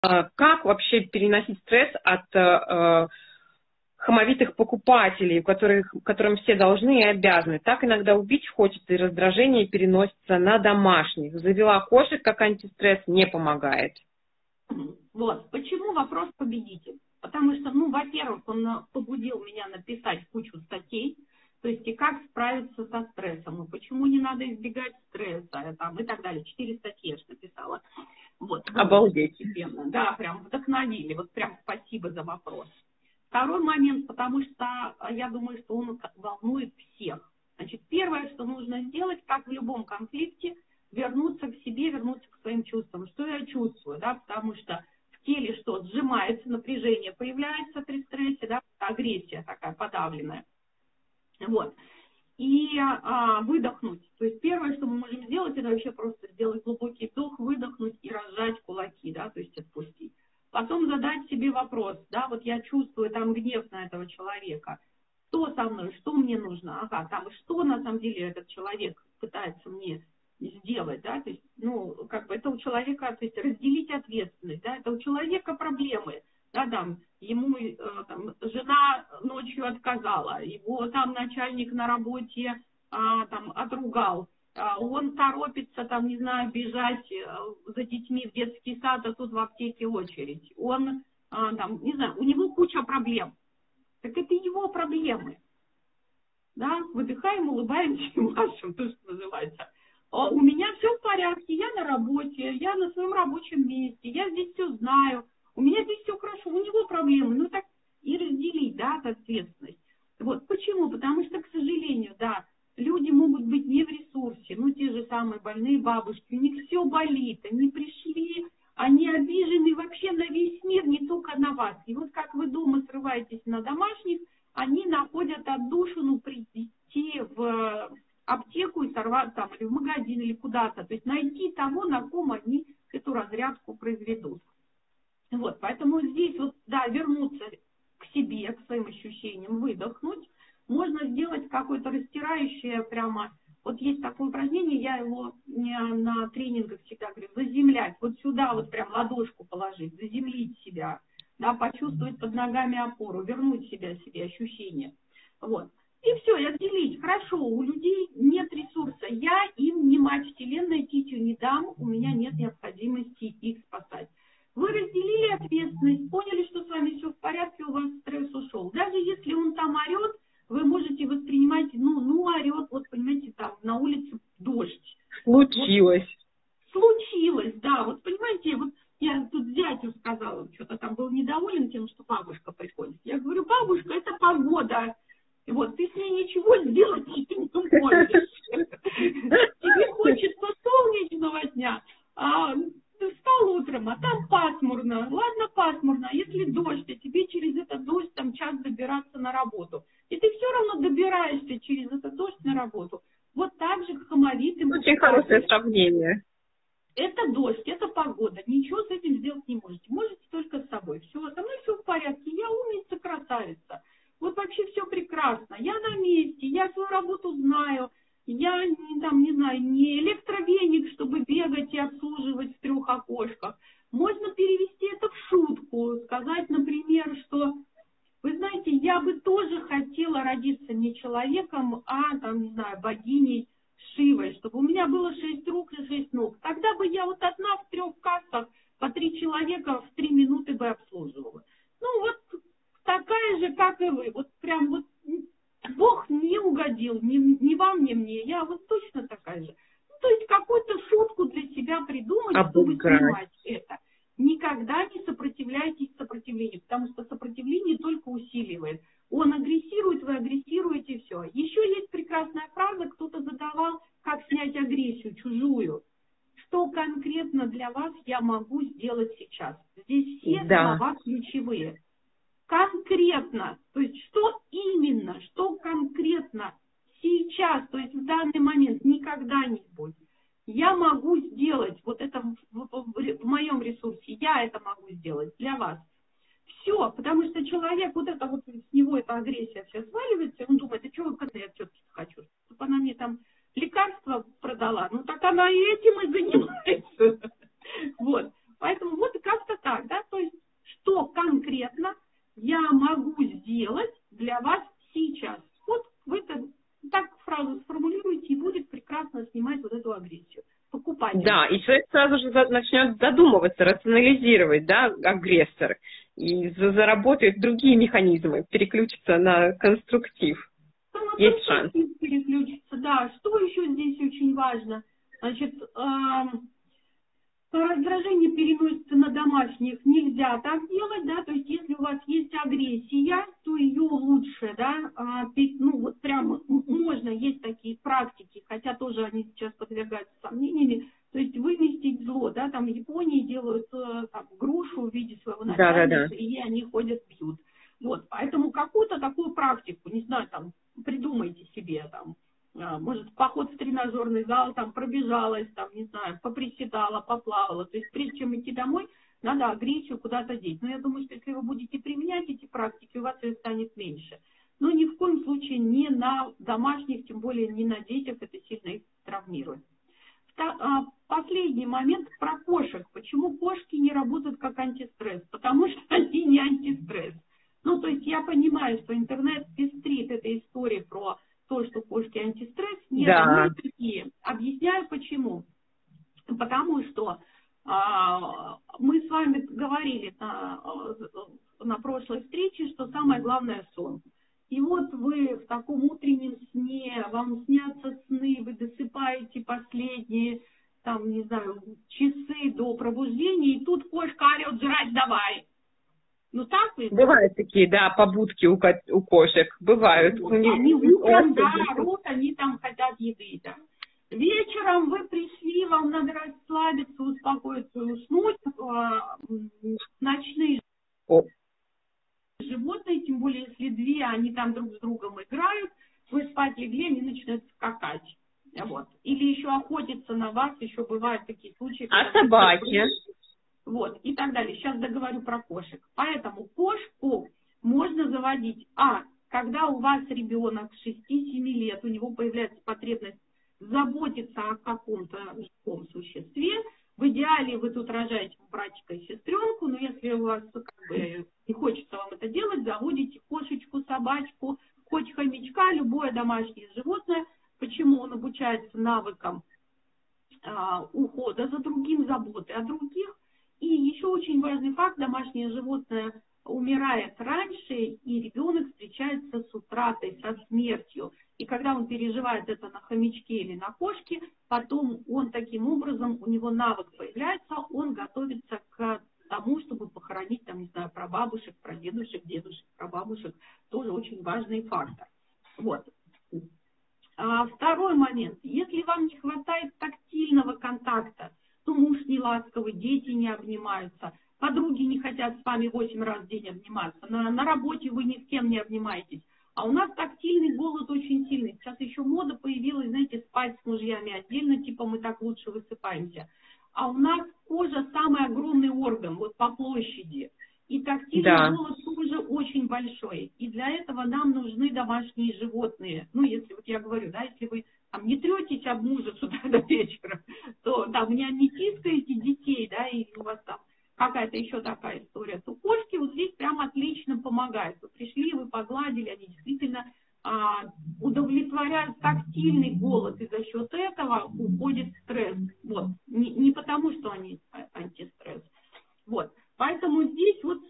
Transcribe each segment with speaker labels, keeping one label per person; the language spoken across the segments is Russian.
Speaker 1: Как вообще переносить стресс от хамовитых покупателей, которым все должны и обязаны? Так иногда убить хочется, и раздражение переносится на домашних. Завела кошек как антистресс, не помогает.
Speaker 2: Вот. Почему вопрос победитель? Потому что, ну, во-первых, он побудил меня написать кучу статей, то есть и как справиться со стрессом, и почему не надо избегать стресса, там, и так далее. 4 статьи я же написала. Вот.
Speaker 1: Обалдеть.
Speaker 2: Да, прям вдохновили. Вот прям спасибо за вопрос. Второй момент, потому что я думаю, что он волнует всех. Значит, первое, что нужно сделать, как в любом конфликте, вернуться к себе, вернуться к своим чувствам. Что я чувствую, да, потому что в теле что, сжимается, напряжение появляется при стрессе, да, агрессия такая подавленная. Вот. И выдохнуть. То есть первое, что мы можем сделать, это вообще просто сделать глубокий вдох, выдохнуть и разжать кулаки, да, то есть отпустить. Потом задать себе вопрос, да, вот я чувствую там гнев на этого человека. Что со мной, что мне нужно? Ага, там, что на самом деле этот человек пытается мне сделать, да, то есть, ну, как бы это у человека, то есть разделить ответственность, да, это у человека проблемы, да, там, ему там, жена ночью отказала, его там начальник на работе там отругал, он торопится, там, не знаю, бежать за детьми в детский сад, а тут в аптеке очередь, он, там, не знаю, у него куча проблем, так это его проблемы, да, выдыхаем, улыбаемся и машем, то, что называется. У меня все в порядке, я на работе, я на своем рабочем месте, я здесь все знаю, у меня здесь все хорошо, у него проблемы, ну так и разделить, да, ответственность. Вот, почему? Потому что, к сожалению, да, люди могут быть не в ресурсе, ну, те же самые больные бабушки, у них все болит, они пришли, они обижены вообще на весь мир, не только на вас. И вот как вы дома срываетесь на домашних, они находят отдушину прийти в аптеку и сорвать там, или в магазин, или куда-то. То есть найти того, на ком они эту разрядку произведут. Вот, поэтому здесь вот, да, вернуться к себе, к своим ощущениям, выдохнуть. Можно сделать какое-то растирающее прямо, вот есть такое упражнение, я его на тренингах всегда говорю, заземлять. Вот сюда вот прям ладошку положить, заземлить себя, да, почувствовать под ногами опору, вернуть себе ощущения. Вот. И все, и отделить. Хорошо, у людей нет ресурса. Я им не мать вселенной, титью не дам, у меня нет необходимости их спасать. Вы разделили ответственность, поняли, что с вами все в порядке, у вас стресс ушел. Даже если он там орет, вы можете воспринимать, ну орет, вот понимаете, там на улице дождь.
Speaker 1: Случилось.
Speaker 2: Вот, случилось, да, вот понимаете, вот я тут зятю сказала, что-то там был недоволен тем, что бабушка приходит. Я говорю, бабушка, это погода. И вот ты с ней ничего сделать не можешь. Тебе хочется солнечного дня, ты встал утром, а там пасмурно. Ладно, пасмурно, а если дождь, а тебе через этот дождь там час добираться на работу. И ты все равно добираешься через этот дождь на работу. Вот так же к хамовитым.
Speaker 1: Очень хорошее сравнение.
Speaker 2: Это дождь, это погода. Ничего с этим сделать не можете. Можете только с собой. Все, со мной все в порядке. Я умница, красавица. Вот вообще все прекрасно. Я на месте, я свою работу знаю. Я не знаю, не электровеник, чтобы бегать и обслуживать в 3 окошках. Можно перевести это в шутку. Сказать, например, что, вы знаете, я бы тоже хотела родиться не человеком, а, там, не знаю, богиней Шивой, чтобы у меня было 6 рук и 6 ног. Тогда бы я вот одна в 3 кассах по 3 человека в 3 минуты бы обслуживала. Ну вот такая же, как и вы. Вот прям вот Бог не угодил, ни вам, ни мне. Я вот точно такая же. Ну, то есть какую-то шутку для себя придумать, чтобы снимать это. Никогда не сопротивляйтесь сопротивлению, потому что сопротивление только усиливает. Он агрессирует, вы агрессируете, все. Еще есть прекрасная фраза, кто-то задавал, как снять агрессию чужую. Что конкретно для вас я могу сделать сейчас? Здесь все слова ключевые. Конкретно, то есть что именно, что конкретно сейчас, то есть в данный момент, не когда-нибудь. Я могу сделать, вот это в моем ресурсе, я это могу сделать для вас. Все, потому что человек, вот это вот с него эта агрессия вся сваливается, он думает, а что вы, когда я все-таки хочу, чтобы она мне там лекарства продала, ну так она и этим и занимается. Вот. Поэтому вот как-то так, да, то есть что конкретно я могу сделать для вас сейчас. Вот вы это так фразу сформулируете, и будет прекрасно снимать вот эту агрессию. Покупатель.
Speaker 1: Да, и человек сразу же начнет задумываться, рационализировать, да, агрессор, и заработает другие механизмы, переключится на конструктив. Есть шанс.
Speaker 2: Переключиться, да. Что еще здесь очень важно? Значит, раздражение переносится на домашних, нельзя так делать, да, то есть если у вас есть агрессия, то ее лучше, да, ну вот прямо можно, есть такие практики, хотя тоже они сейчас подвергаются сомнениями, то есть выместить зло, да, там в Японии делают там, грушу в виде своего начальника, и они ходят, бьют. Вот, поэтому какую-то такую практику, не знаю, там, придумайте себе, там, может, поход в тренажерный зал, там, пробежалась, там, не знаю, поприседала, поплавала. То есть, прежде чем идти домой, надо агрессию куда-то деть. Но я думаю, что если вы будете применять эти практики, у вас ее станет меньше. Но ни в коем случае не на домашних, тем более не на детях, это сильно их травмирует. Последний момент про кошек. Почему кошки не работают как антистресс? Потому что они не антистресс. Ну, то есть я понимаю, что интернет пестрит этой историей про то, что кошки антистресс. Нет, они не такие. Объясняю почему. Потому что мы с вами говорили на прошлой встрече, что самое главное — сон. И вот вы в таком утреннем сне, вам снятся сны, вы досыпаете последние, там, не знаю, часы до пробуждения, и тут кошка орет: жрать давай. Ну так ведь?
Speaker 1: Бывают такие, да, побудки у кошек. Бывают.
Speaker 2: Они утром, да, орут, они там хотят еды, да. Вечером вы пришли, вам надо расслабиться, успокоиться, уснуть. Ночные животные, тем более если две, они там друг с другом играют, вы спать легли, они начинают скакать. Вот. Или еще охотиться на вас, еще бывают такие случаи.
Speaker 1: А собаки?
Speaker 2: Вот, и так далее. Сейчас договорю про кошек. Поэтому кошку можно заводить, когда у вас ребенок 6-7 лет, у него появляется потребность заботиться о каком-то живом существе. В идеале вы тут рожаете братика и сестренку, но если у вас не хочется вам это делать, заводите кошечку, собачку, хоть хомячка, любое домашнее животное. Почему? Он обучается навыкам ухода за другим, заботы о других. И еще очень важный факт: домашнее животное умирает раньше, и ребенок встречается с утратой, со смертью. И когда он переживает это на хомячке или на кошке, потом он таким образом, у него навык появляется, он готовится к тому, чтобы похоронить, там, не знаю, прабабушек, прадедушек, дедушек, прабабушек. Тоже очень важный фактор. Вот. Второй момент. Если вам не хватает тактильного контакта, то муж не ласковый, дети не обнимаются, подруги не хотят с вами 8 раз в день обниматься, на работе вы ни с кем не обнимаетесь. А у нас тактильный голод очень сильный. Сейчас еще мода появилась, знаете, спать с мужьями отдельно, типа мы так лучше высыпаемся. А у нас кожа самый огромный орган, вот по площади. И тактильный голод тоже очень большой. И для этого нам нужны домашние животные. Ну, если вот я говорю, да, если вы там не третесь об мужа с утра до вечера, то там не тискаете детей, да, и у вас там какая-то еще такая история, то кошки вот здесь прям отлично помогают. Вы пришли, вы погладили, они действительно удовлетворяют тактильный голод, и за счет этого уходит стресс. Вот. Не потому, что они антистресс. Вот. Поэтому здесь вот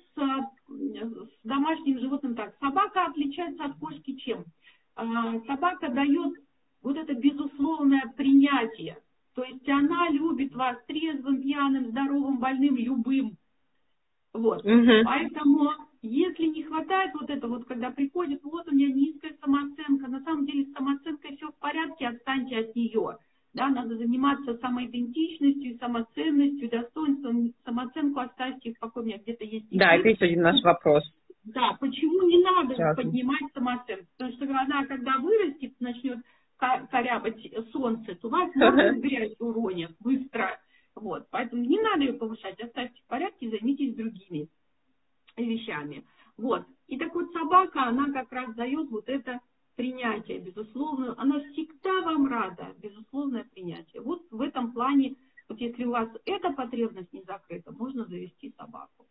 Speaker 2: с домашним животным так. Собака отличается от кошки чем? Собака дает вот это безусловное принятие. То есть она любит вас трезвым, пьяным, здоровым, больным, любым. Вот. Поэтому, если не хватает вот это вот, когда приходит, вот у меня низкая самооценка, на самом деле с самооценкой все в порядке, отстаньте от нее. Да, надо заниматься самоидентичностью, самоценностью, достоинством. Самооценку оставьте в покое, у меня где-то есть.
Speaker 1: Да, это еще один наш вопрос.
Speaker 2: Да, почему не надо поднимать самооценку? Потому что она, когда вырастет, начнет корябать солнце, то вас может грязь уронит быстро. Вот. Поэтому не надо ее повышать, оставьте в порядке, займитесь другими вещами. Вот. И так вот собака, она как раз дает вот это принятие, безусловно. Она всегда вам рада, безусловное принятие. Вот в этом плане Вот если у вас эта потребность не закрыта, можно завести собаку.